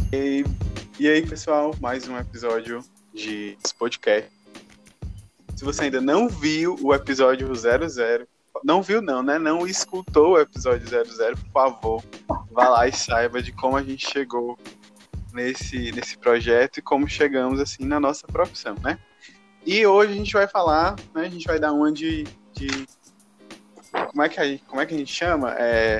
E aí, pessoal, mais um episódio de podcast. Se você ainda não viu o episódio 00, não viu não, né? Não escutou o episódio 00, por favor, vá lá e saiba de como a gente chegou nesse projeto e como chegamos assim na nossa profissão, né? E hoje a gente vai falar, né? A gente vai dar uma de como é que a gente chama?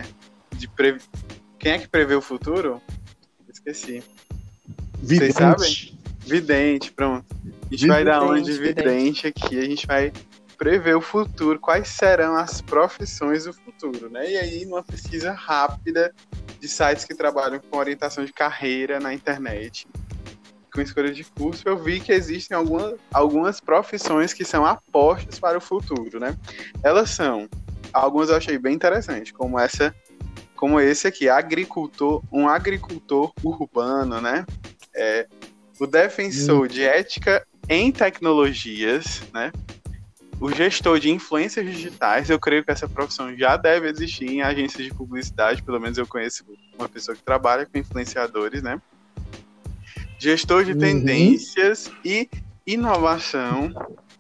Quem é que prevê o futuro? Esqueci. Vocês sabem? Vidente. Vidente, pronto. A gente vai dar uma de Vidente. vidente aqui, a gente vai prever o futuro, quais serão as profissões do futuro, né? E aí, numa pesquisa rápida de sites que trabalham com orientação de carreira na internet, com escolha de curso, eu vi que existem algumas profissões que são apostas para o futuro, né? Elas são, algumas eu achei bem interessantes, como esse aqui, um agricultor urbano, né? O defensor de ética em tecnologias, né? O gestor de influências digitais, eu creio que essa profissão já deve existir em agências de publicidade, pelo menos eu conheço uma pessoa que trabalha com influenciadores, né? Gestor de tendências e inovação,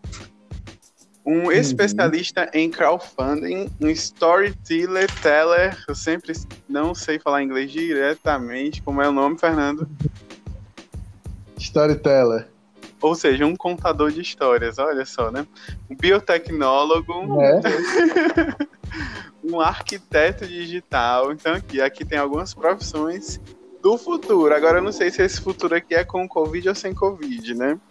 um especialista em crowdfunding, um storyteller, eu sempre não sei falar inglês diretamente, como é o nome, Fernando? Storyteller. Ou seja, um contador de histórias, olha só, né? Um biotecnólogo, um arquiteto digital. Então aqui tem algumas profissões do futuro. Agora eu não sei se esse futuro aqui é com Covid ou sem Covid, né?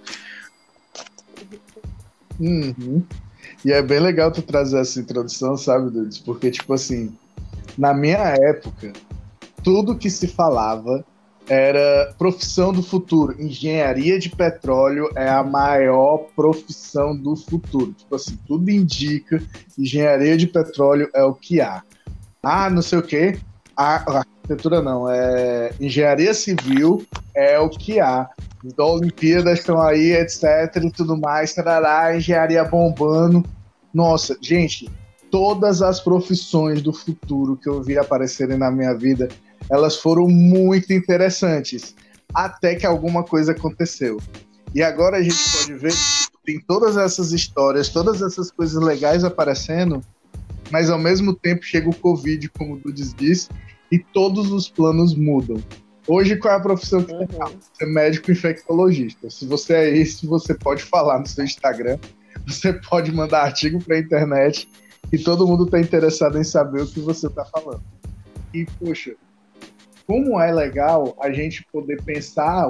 E é bem legal tu trazer essa introdução, sabe, Dudes? Porque, tipo assim, na minha época, tudo que se falava era profissão do futuro. Engenharia de petróleo é a maior profissão do futuro. Tipo assim, tudo indica engenharia de petróleo é o que há. Ah, não sei o quê. Arquitetura não, engenharia civil é o que há. Então, Olimpíadas estão aí, etc. e tudo mais. Tarará, engenharia bombando. Nossa, gente, todas as profissões do futuro que eu vi aparecerem na minha vida, elas foram muito interessantes, até que alguma coisa aconteceu. E agora a gente pode ver que tem todas essas histórias, todas essas coisas legais aparecendo, mas ao mesmo tempo chega o Covid, como o Dudes disse, e todos os planos mudam. Hoje, qual é a profissão que você fala? Você é médico infectologista. Se você é isso, você pode falar no seu Instagram, você pode mandar artigo para a internet, e todo mundo está interessado em saber o que você está falando. E, poxa, como é legal a gente poder pensar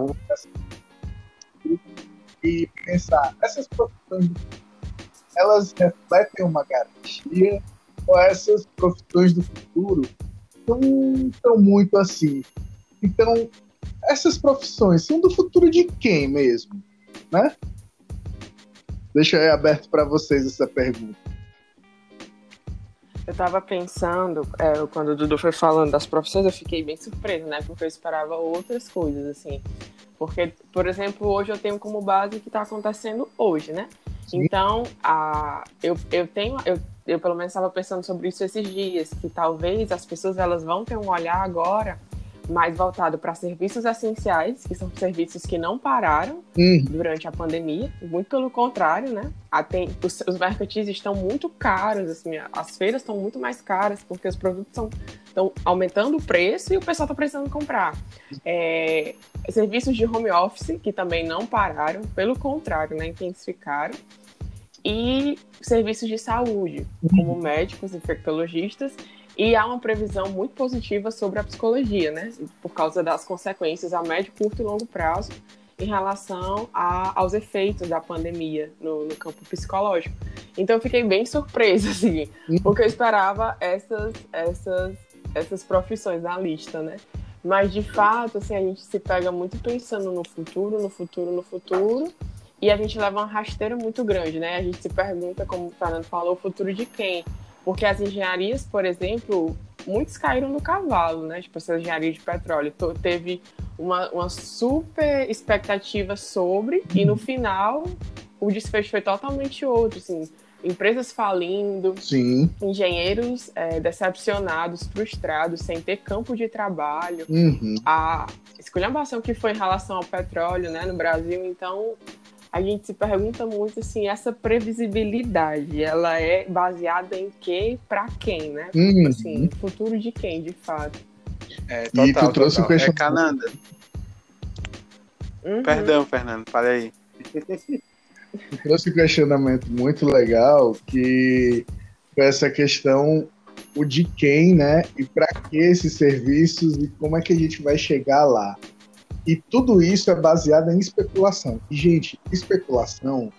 e pensar, essas profissões, elas refletem uma garantia, ou essas profissões do futuro não estão muito assim. Então, essas profissões são do futuro de quem mesmo, né? Deixa eu aberto para vocês essa pergunta. Eu tava pensando, quando o Dudu foi falando das profissões, eu fiquei bem surpresa, né? Porque eu esperava outras coisas, assim. Porque, por exemplo, hoje eu tenho como base o que está acontecendo hoje, né? Sim. Então, eu pelo menos estava pensando sobre isso esses dias, que talvez as pessoas elas vão ter um olhar agora mais voltado para serviços essenciais, que são serviços que não pararam durante a pandemia, muito pelo contrário, né? Os mercantis estão muito caros, assim, as feiras estão muito mais caras, porque os produtos estão aumentando o preço e o pessoal está precisando comprar. Serviços de home office, que também não pararam, pelo contrário, né? Intensificaram. E serviços de saúde, como médicos, infectologistas, e há uma previsão muito positiva sobre a psicologia, né? Por causa das consequências a médio, curto e longo prazo em relação aos efeitos da pandemia no campo psicológico. Então eu fiquei bem surpresa, assim, porque eu esperava essas profissões na lista, né? Mas de fato, assim, a gente se pega muito pensando no futuro, e a gente leva uma rasteira muito grande, né? A gente se pergunta, como o Fernando falou, o futuro de quem? Porque as engenharias, por exemplo, muitos caíram no cavalo, né? Tipo, essa engenharia de petróleo. Teve uma super expectativa sobre, e no final o desfecho foi totalmente outro, assim. empresas falindo, Sim. engenheiros decepcionados, frustrados, sem ter campo de trabalho, Uhum. a esculhambação que foi em relação ao petróleo, né, no Brasil. Então, a gente se pergunta muito assim, essa previsibilidade, ela é baseada em quê, para quem, né? Uhum. Assim, futuro de quem, de fato. E tu trouxe um questionamento. Cananda. Perdão, Fernando, fala aí. Tu trouxe um questionamento muito legal, que foi essa questão, o de quem, né? E para que esses serviços e como é que a gente vai chegar lá. E tudo isso é baseado em especulação. E, gente, especulação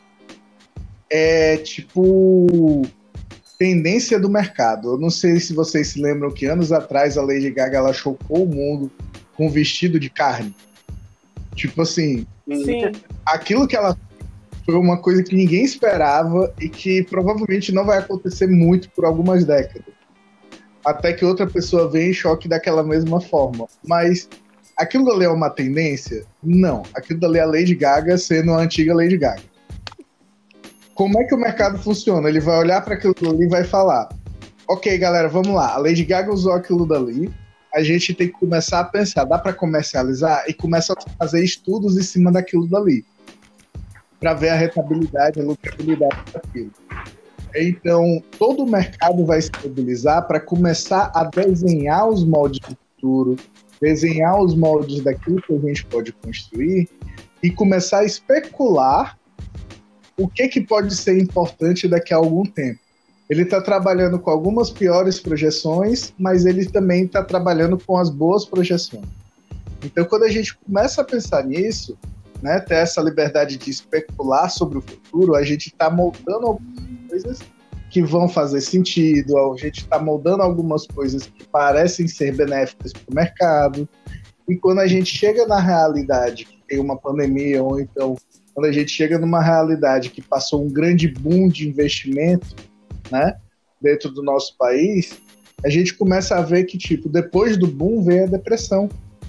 é tipo tendência do mercado. Eu não sei se vocês se lembram que anos atrás a Lady Gaga ela chocou o mundo com um vestido de carne. Tipo assim, Sim. aquilo que ela foi uma coisa que ninguém esperava e que provavelmente não vai acontecer muito por algumas décadas. Até que outra pessoa venha em choque daquela mesma forma. Mas aquilo dali é uma tendência? Não. Aquilo dali é a Lady Gaga sendo a antiga Lady Gaga. Como é que o mercado funciona? Ele vai olhar para aquilo dali e vai falar: ok, galera, vamos lá. A Lady Gaga usou aquilo dali. A gente tem que começar a pensar, dá para comercializar? E começa a fazer estudos em cima daquilo dali, para ver a rentabilidade, a lucrabilidade daquilo. Então, todo o mercado vai se mobilizar para começar a desenhar os moldes do futuro, desenhar os moldes daquilo que a gente pode construir e começar a especular o que pode ser importante daqui a algum tempo. Ele está trabalhando com algumas piores projeções, mas ele também está trabalhando com as boas projeções. Então, quando a gente começa a pensar nisso, né, ter essa liberdade de especular sobre o futuro, a gente está moldando algumas coisas que vão fazer sentido, a gente está moldando algumas coisas que parecem ser benéficas para o mercado, e quando a gente chega na realidade que tem uma pandemia, ou então quando a gente chega numa realidade que passou um grande boom de investimento, né, dentro do nosso país, a gente começa a ver que, tipo, depois do boom vem a depressão.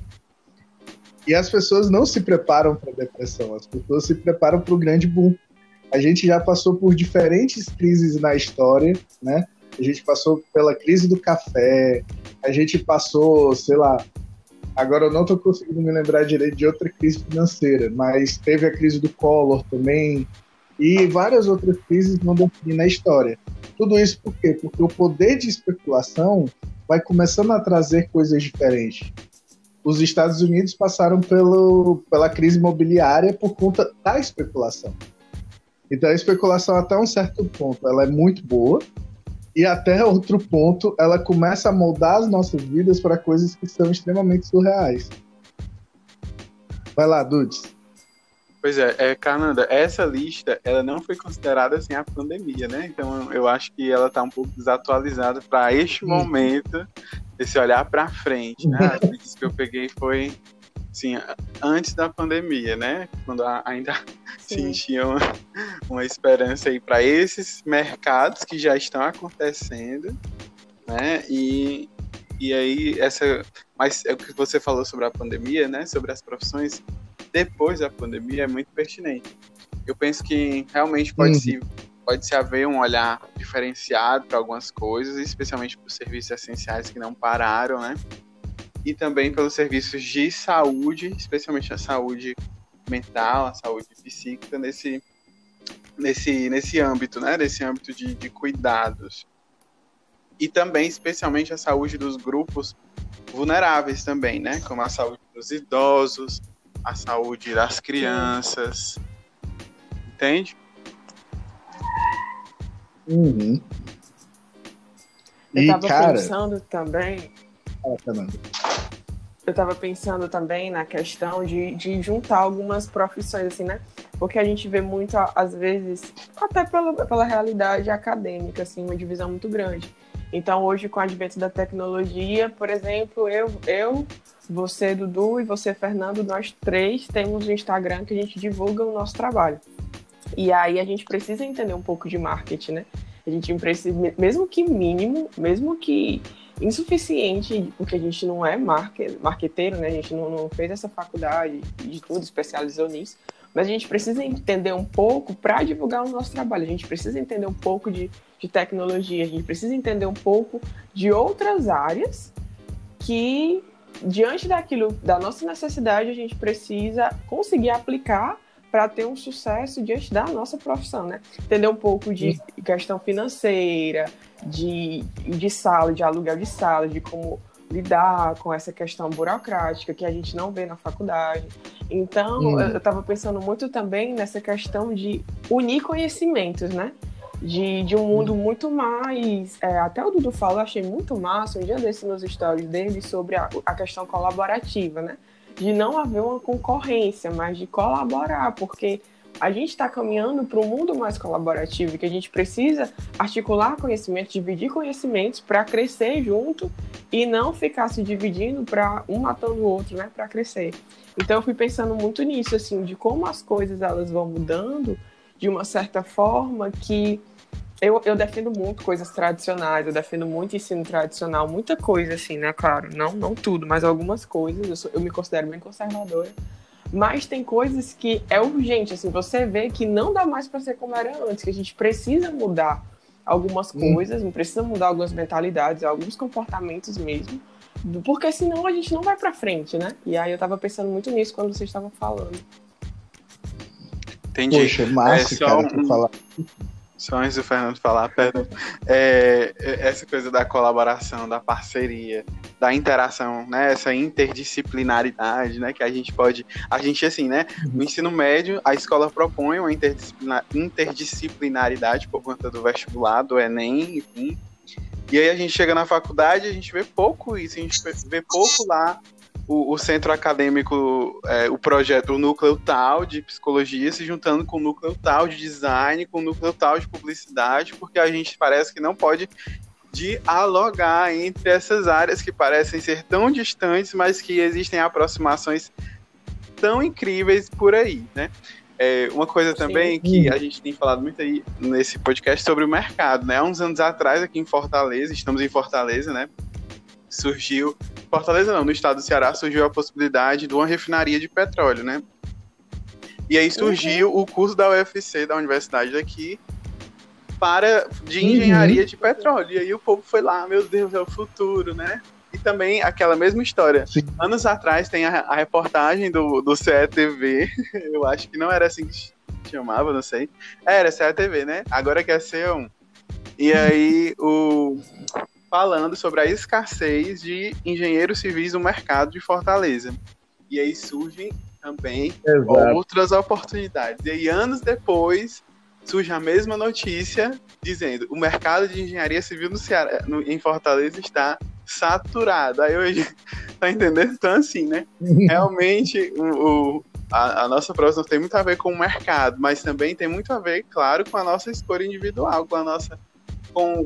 E as pessoas não se preparam para a depressão, as pessoas se preparam para o grande boom. A gente já passou por diferentes crises na história, né? A gente passou pela crise do café, a gente passou, sei lá, agora eu não estou conseguindo me lembrar direito de outra crise financeira, mas teve a crise do Collor também, e várias outras crises vão definir na história. Tudo isso por quê? Porque o poder de especulação vai começando a trazer coisas diferentes. Os Estados Unidos passaram pela crise imobiliária por conta da especulação. Então a especulação até um certo ponto ela é muito boa, e até outro ponto ela começa a moldar as nossas vidas para coisas que são extremamente surreais. Vai lá, Dudes. Pois é, Cananda, essa lista, ela não foi considerada assim a pandemia, né? Então eu acho que ela tá um pouco desatualizada para este momento, esse olhar para frente, né? As listas que eu peguei foi, assim, antes da pandemia, né? Quando ainda sentiam uma esperança aí para esses mercados que já estão acontecendo, né? E aí mas é o que você falou sobre a pandemia, né? Sobre as profissões depois da pandemia é muito pertinente. Eu penso que realmente pode-se haver um olhar diferenciado para algumas coisas, especialmente para os serviços essenciais que não pararam, né? E também pelos serviços de saúde, especialmente a saúde mental, a saúde psíquica, nesse âmbito, né? Nesse âmbito de cuidados. E também, especialmente, a saúde dos grupos vulneráveis também, né? Como a saúde dos idosos, a saúde das crianças. Entende? Uhum. Eu tava pensando também. Eu tava pensando também na questão de juntar algumas profissões, assim, né? Porque a gente vê muito, às vezes, até pela realidade acadêmica, assim, uma divisão muito grande. Então, hoje, com o advento da tecnologia, por exemplo, eu, você, Dudu, e você, Fernando, nós três temos um Instagram que a gente divulga o nosso trabalho. E aí a gente precisa entender um pouco de marketing, né? A gente precisa, mesmo que mínimo, mesmo que insuficiente, porque a gente não é marqueteiro, né? A gente não fez essa faculdade de tudo, especializou nisso. mas a gente precisa entender um pouco para divulgar o nosso trabalho. A gente precisa entender um pouco de tecnologia, a gente precisa entender um pouco de outras áreas que, diante daquilo, da nossa necessidade, a gente precisa conseguir aplicar para ter um sucesso diante da nossa profissão, né? Entender um pouco de questão financeira, de sala, de aluguel de sala, de como lidar com essa questão burocrática que a gente não vê na faculdade. Então, eu estava pensando muito também nessa questão de unir conhecimentos, né? De um mundo muito mais... até o Dudu falou, eu achei muito massa, um dia desse nos stories dele, sobre a questão colaborativa, né? De não haver uma concorrência, mas de colaborar, porque a gente está caminhando para um mundo mais colaborativo, que a gente precisa articular conhecimentos, dividir conhecimentos para crescer junto e não ficar se dividindo para um matando o outro, né, para crescer. Então eu fui pensando muito nisso, assim, de como as coisas elas vão mudando de uma certa forma que eu defendo muito coisas tradicionais, eu defendo muito ensino tradicional, muita coisa assim, né, claro, não tudo, mas algumas coisas, eu me considero bem conservadora, mas tem coisas que é urgente, assim, você vê que não dá mais para ser como era antes, que a gente precisa mudar algumas coisas, precisa mudar algumas mentalidades, alguns comportamentos mesmo, porque senão a gente não vai para frente, né? E aí eu tava pensando muito nisso quando vocês estavam falando. Entendi. Poxa, massa, cara, tu falar. Só antes do Fernando falar, perdão. Essa coisa da colaboração, da parceria, da interação, né? Essa interdisciplinaridade, né? Que a gente pode... A gente, assim, né? No ensino médio, a escola propõe uma interdisciplinaridade por conta do vestibular, do Enem, enfim. E aí a gente chega na faculdade e a gente vê pouco isso, a gente vê pouco lá o centro acadêmico, o projeto, o núcleo tal de psicologia se juntando com o núcleo tal de design, com o núcleo tal de publicidade, porque a gente parece que não pode dialogar entre essas áreas que parecem ser tão distantes, mas que existem aproximações tão incríveis por aí, né? Uma coisa também que a gente tem falado muito aí nesse podcast sobre o mercado, né? Há uns anos atrás, aqui em Fortaleza, estamos em Fortaleza, né? Surgiu... Fortaleza não, no estado do Ceará surgiu a possibilidade de uma refinaria de petróleo, né? E aí surgiu o curso da UFC, da universidade daqui, de engenharia de petróleo. E aí o povo foi lá, meu Deus, é o futuro, né? E também aquela mesma história. Sim. Anos atrás tem a reportagem do CETV, eu acho que não era assim que chamava, não sei. Era CETV, né? Agora que é C1. E aí falando sobre a escassez de engenheiros civis no mercado de Fortaleza. E aí surgem também outras oportunidades. E aí, anos depois, surge a mesma notícia dizendo o mercado de engenharia civil no Ceará, em Fortaleza está saturado. Aí hoje, tá entendendo? Então, assim, né? Realmente, a nossa profissão tem muito a ver com o mercado, mas também tem muito a ver, claro, com a nossa escolha individual, com a nossa... com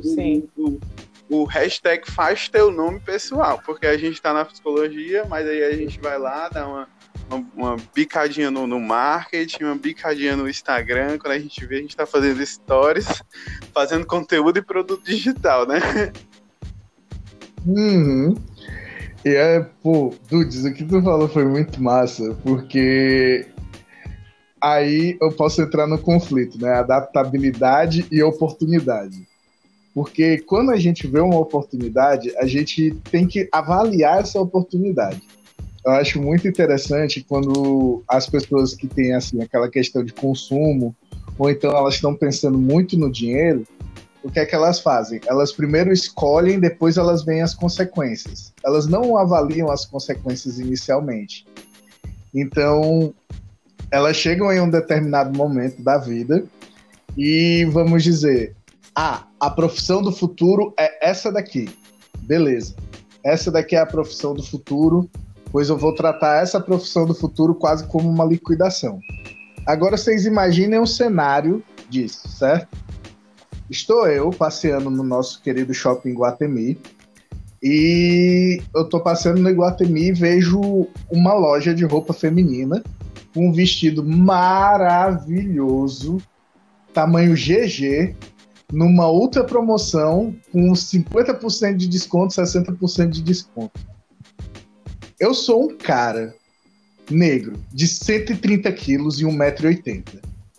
o hashtag faz teu nome pessoal, porque a gente tá na psicologia, mas aí a gente vai lá, dá uma bicadinha no marketing, uma bicadinha no Instagram, quando a gente vê, a gente tá fazendo stories, fazendo conteúdo e produto digital, né? E Dudes, o que tu falou foi muito massa, porque aí eu posso entrar no conflito, né? Adaptabilidade e oportunidade. Porque quando a gente vê uma oportunidade, a gente tem que avaliar essa oportunidade. Eu acho muito interessante quando as pessoas que têm assim, aquela questão de consumo, ou então elas estão pensando muito no dinheiro, o que é que elas fazem? Elas primeiro escolhem, depois elas veem as consequências. Elas não avaliam as consequências inicialmente. Então, elas chegam em um determinado momento da vida e, vamos dizer, a profissão do futuro é essa daqui. Beleza. Essa daqui é a profissão do futuro, pois eu vou tratar essa profissão do futuro quase como uma liquidação. Agora vocês imaginem um cenário disso, certo? Estou eu passeando no nosso querido shopping Iguatemi e eu estou passeando no Iguatemi e vejo uma loja de roupa feminina com um vestido maravilhoso, tamanho GG, numa ultra promoção com 50% de desconto, 60% de desconto. Eu sou um cara negro, de 130 quilos e 1,80 m.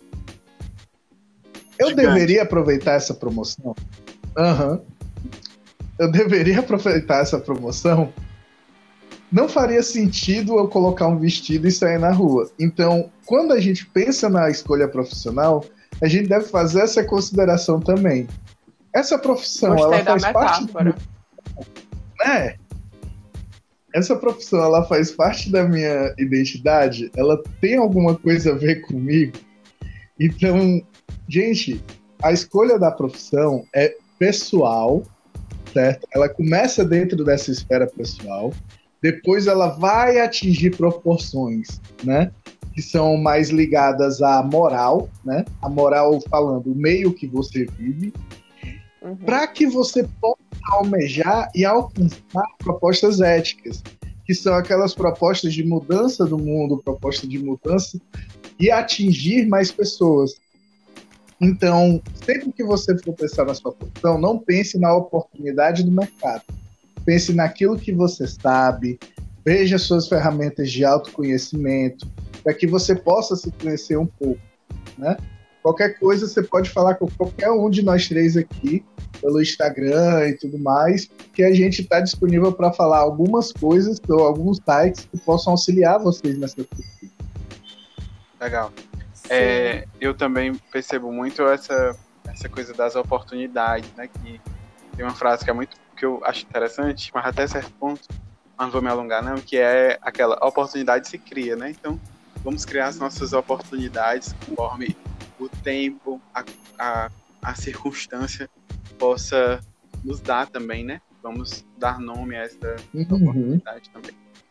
Eu Gigante. deveria aproveitar essa promoção? Aham. Eu deveria aproveitar essa promoção? Não faria sentido eu colocar um vestido e sair na rua. Então, quando a gente pensa na escolha profissional, a gente deve fazer essa consideração também. Essa profissão, Gostei ela da faz parte... metáfora. Né? Essa profissão, ela faz parte da minha identidade? Ela tem alguma coisa a ver comigo? Então, gente, a escolha da profissão é pessoal, certo? Ela começa dentro dessa esfera pessoal, depois ela vai atingir proporções, né? Que são mais ligadas à moral, né? A moral falando o meio que você vive, para que você possa almejar e alcançar propostas éticas, que são aquelas propostas de mudança do mundo, propostas de mudança e atingir mais pessoas. Então, sempre que você for pensar na sua profissão, não pense na oportunidade do mercado. Pense naquilo que você sabe, veja suas ferramentas de autoconhecimento, para que você possa se conhecer um pouco, né? Qualquer coisa você pode falar com qualquer um de nós três aqui, pelo Instagram e tudo mais, que a gente está disponível para falar algumas coisas ou alguns sites que possam auxiliar vocês nessa pesquisa. Legal. Eu também percebo muito essa coisa das oportunidades, né? Que tem uma frase que eu acho interessante, mas até certo ponto, mas não vou me alongar não, que é aquela oportunidade se cria, né? Então, vamos criar as nossas oportunidades conforme o tempo, a circunstância possa nos dar também, né? Vamos dar nome a essa oportunidade também.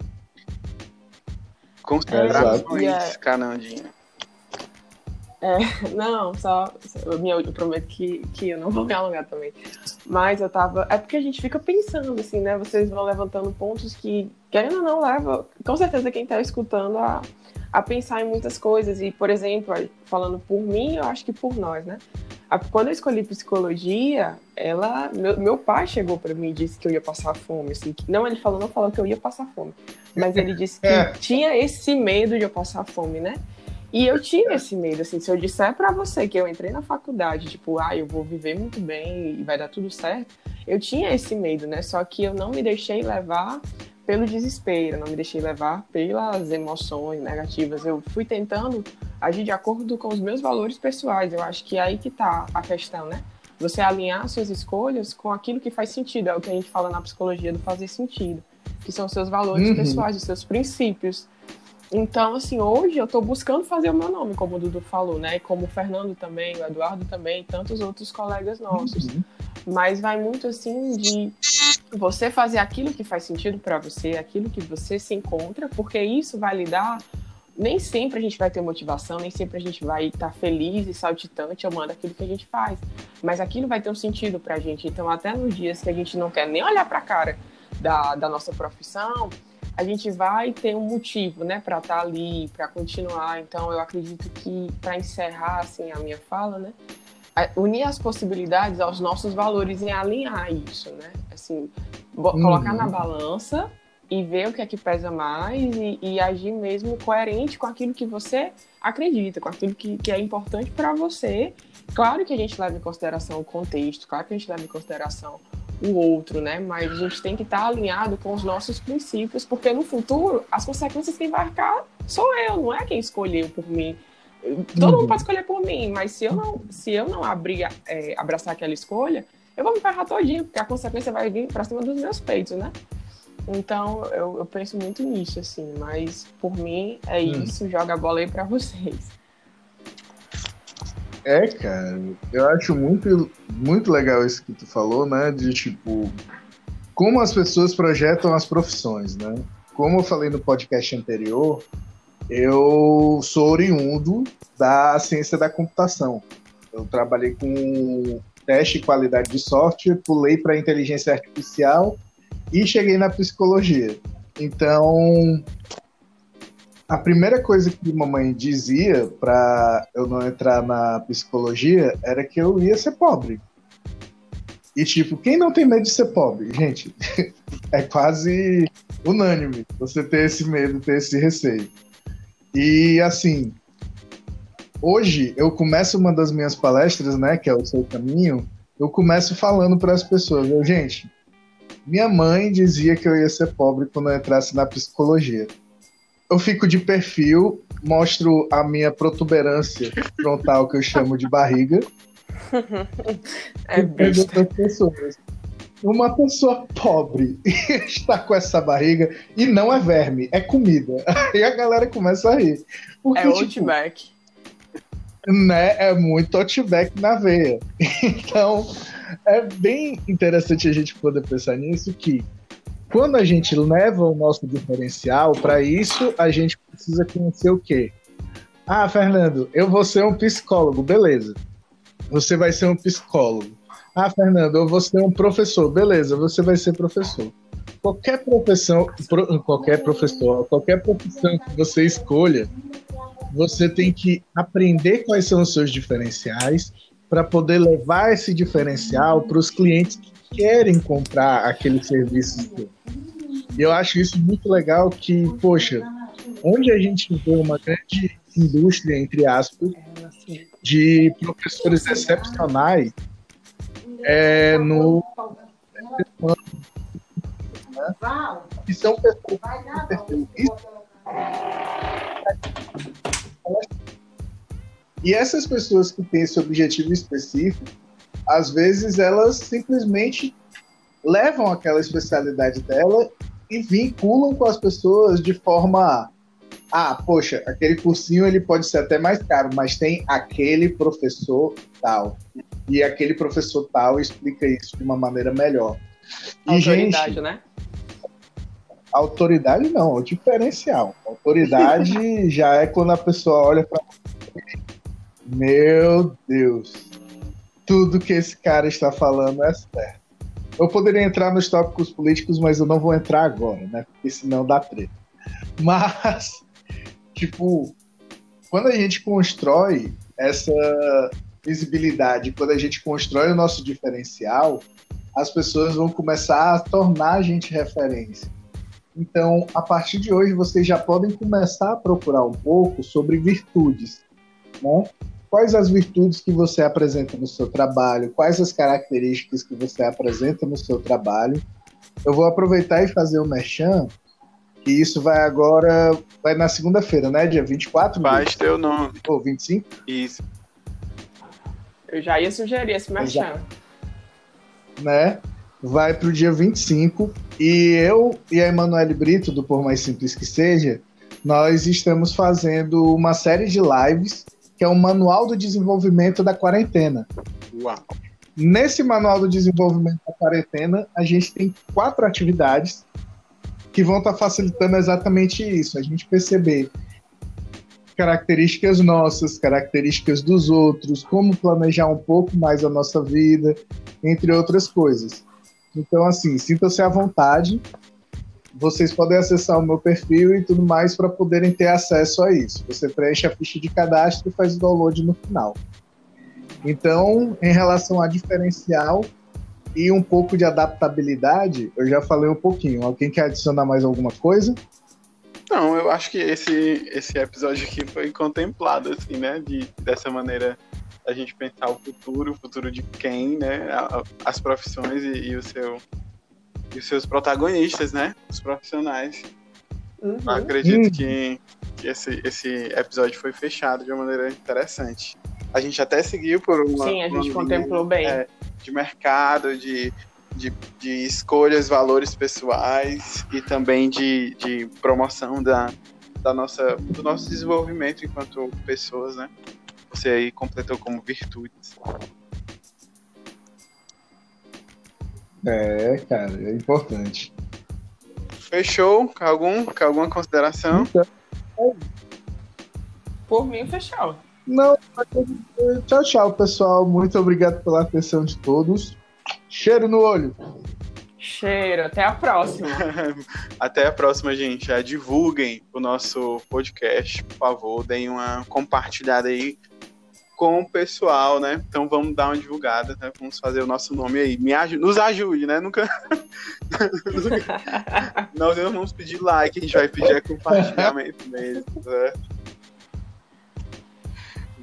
Considerações, Canandinha. Não, eu prometo que eu não vou me alongar também. Mas eu tava... É porque a gente fica pensando, assim, né? Vocês vão levantando pontos que, querendo ou não, leva, com certeza, quem tá escutando a pensar em muitas coisas. E, por exemplo, falando por mim, eu acho que por nós, né? Quando eu escolhi psicologia, meu pai chegou para mim e disse que eu ia passar fome. Assim, ele não falou que eu ia passar fome. Mas ele disse que tinha esse medo de eu passar fome, né? E eu tive esse medo, assim, se eu disser pra você que eu entrei na faculdade, tipo, eu vou viver muito bem e vai dar tudo certo, eu tinha esse medo, né? Só que eu não me deixei levar pelo desespero, não me deixei levar pelas emoções negativas. Eu fui tentando agir de acordo com os meus valores pessoais. Eu acho que é aí que tá a questão, né? Você alinhar suas escolhas com aquilo que faz sentido. É o que a gente fala na psicologia do fazer sentido, que são os seus valores pessoais, os seus princípios. Então, assim, hoje eu tô buscando fazer o meu nome, como o Dudu falou, né? E como o Fernando também, o Eduardo também, e tantos outros colegas nossos. Mas vai muito, assim, de você fazer aquilo que faz sentido para você, aquilo que você se encontra, porque isso vai lhe dar... Nem sempre a gente vai ter motivação, nem sempre a gente vai estar feliz e saltitante amando aquilo que a gente faz. Mas aquilo vai ter um sentido pra gente. Então, até nos dias que a gente não quer nem olhar pra cara da nossa profissão, a gente vai ter um motivo, né, para estar ali, para continuar. Então, eu acredito que, para encerrar, assim, a minha fala, né, unir as possibilidades aos nossos valores e alinhar isso, né, assim, colocar na balança e ver o que é que pesa mais e agir mesmo coerente com aquilo que você acredita, com aquilo que é importante para você. Claro que a gente leva em consideração o contexto, claro que a gente leva em consideração o outro, né? Mas a gente tem que estar alinhado com os nossos princípios, porque no futuro as consequências quem vai arcar sou eu, não é quem escolheu por mim. Todo mundo pode escolher por mim, mas se eu não abraçar aquela escolha, eu vou me ferrar todinho, porque a consequência vai vir para cima dos meus peitos, né? Então eu penso muito nisso, assim, mas por mim é isso, joga a bola aí para vocês. Cara, eu acho muito, muito legal isso que tu falou, né? De tipo, como as pessoas projetam as profissões, né? Como eu falei no podcast anterior, eu sou oriundo da ciência da computação. Eu trabalhei com teste de qualidade de software, pulei para inteligência artificial e cheguei na psicologia. Então, a primeira coisa que mamãe dizia para eu não entrar na psicologia era que eu ia ser pobre. E, tipo, quem não tem medo de ser pobre? Gente, é quase unânime você ter esse medo, ter esse receio. E, assim, hoje eu começo uma das minhas palestras, né, que é o Seu Caminho, eu começo falando para as pessoas, gente, minha mãe dizia que eu ia ser pobre quando eu entrasse na psicologia. Eu fico de perfil, mostro a minha protuberância frontal, que eu chamo de barriga. É besta. Pessoas. Uma pessoa pobre está com essa barriga e não é verme, é comida. Aí a galera começa a rir. Porque, É Outback. Né, é muito Outback na veia. Então, é bem interessante a gente poder pensar nisso, que quando a gente leva o nosso diferencial, para isso a gente precisa conhecer o quê? Ah, Fernando, eu vou ser um psicólogo, beleza. Você vai ser um psicólogo. Ah, Fernando, eu vou ser um professor, beleza, você vai ser professor. Qualquer profissão que você escolha, você tem que aprender quais são os seus diferenciais para poder levar esse diferencial para os clientes que querem comprar aquele serviço. E eu acho isso muito legal que, poxa, onde a gente vê uma grande indústria, entre aspas, de professores excepcionais no né? Que são pessoas e essas pessoas que têm esse objetivo específico, às vezes elas simplesmente levam aquela especialidade dela e vinculam com as pessoas de forma poxa, aquele cursinho ele pode ser até mais caro, mas tem aquele professor tal. E aquele professor tal explica isso de uma maneira melhor. E, autoridade, gente, né? Autoridade não, é o diferencial. Autoridade já é quando a pessoa olha para meu Deus, tudo que esse cara está falando é certo. Eu poderia entrar nos tópicos políticos, mas eu não vou entrar agora, né? Porque senão dá treta. Mas, tipo, quando a gente constrói essa visibilidade, quando a gente constrói o nosso diferencial, as pessoas vão começar a tornar a gente referência. Então, a partir de hoje, vocês já podem começar a procurar um pouco sobre virtudes, né? Quais as virtudes que você apresenta no seu trabalho? Quais as características que você apresenta no seu trabalho? Eu vou aproveitar e fazer o merchan, e isso vai na segunda-feira, né? Dia 24? Faz teu nome. Ou 25? Isso. Eu já ia sugerir esse merchan. Né? Vai para o dia 25 e eu e a Emanuele Brito, do Por Mais Simples Que Seja, nós estamos fazendo uma série de lives que é o Manual do Desenvolvimento da Quarentena. Uau! Nesse Manual do Desenvolvimento da Quarentena, a gente tem 4 atividades que vão estar facilitando exatamente isso, a gente perceber características nossas, características dos outros, como planejar um pouco mais a nossa vida, entre outras coisas. Então, assim, sintam-se à vontade, vocês podem acessar o meu perfil e tudo mais para poderem ter acesso a isso. Você preenche a ficha de cadastro e faz o download no final. Então, em relação a diferencial e um pouco de adaptabilidade, eu já falei um pouquinho. Alguém quer adicionar mais alguma coisa? Não, eu acho que esse episódio aqui foi contemplado, assim, né? Dessa maneira a gente pensar o futuro de quem, né? As profissões e os seus protagonistas, né? Os profissionais. Uhum. Eu acredito que esse episódio foi fechado de uma maneira interessante. A gente até seguiu por uma... Sim, a gente contemplou bem. De mercado, de escolhas, valores pessoais e também de promoção do nosso desenvolvimento enquanto pessoas, né? Você aí completou como virtudes. Cara, é importante. Fechou? Alguma consideração? Por mim, fechou. Não, tchau, pessoal. Muito obrigado pela atenção de todos. Cheiro no olho. Cheiro, até a próxima. Até a próxima, gente. Já divulguem o nosso podcast, por favor. Deem uma compartilhada aí com o pessoal, né? Então vamos dar uma divulgada, né? Vamos fazer o nosso nome aí. Nos ajude, né? Nunca. Nós não vamos pedir like, a gente vai pedir compartilhamento mesmo, né?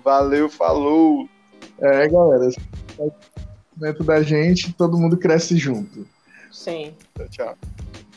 Valeu, falou! Galera, dentro da gente, todo mundo cresce junto. Sim. Tchau, tchau.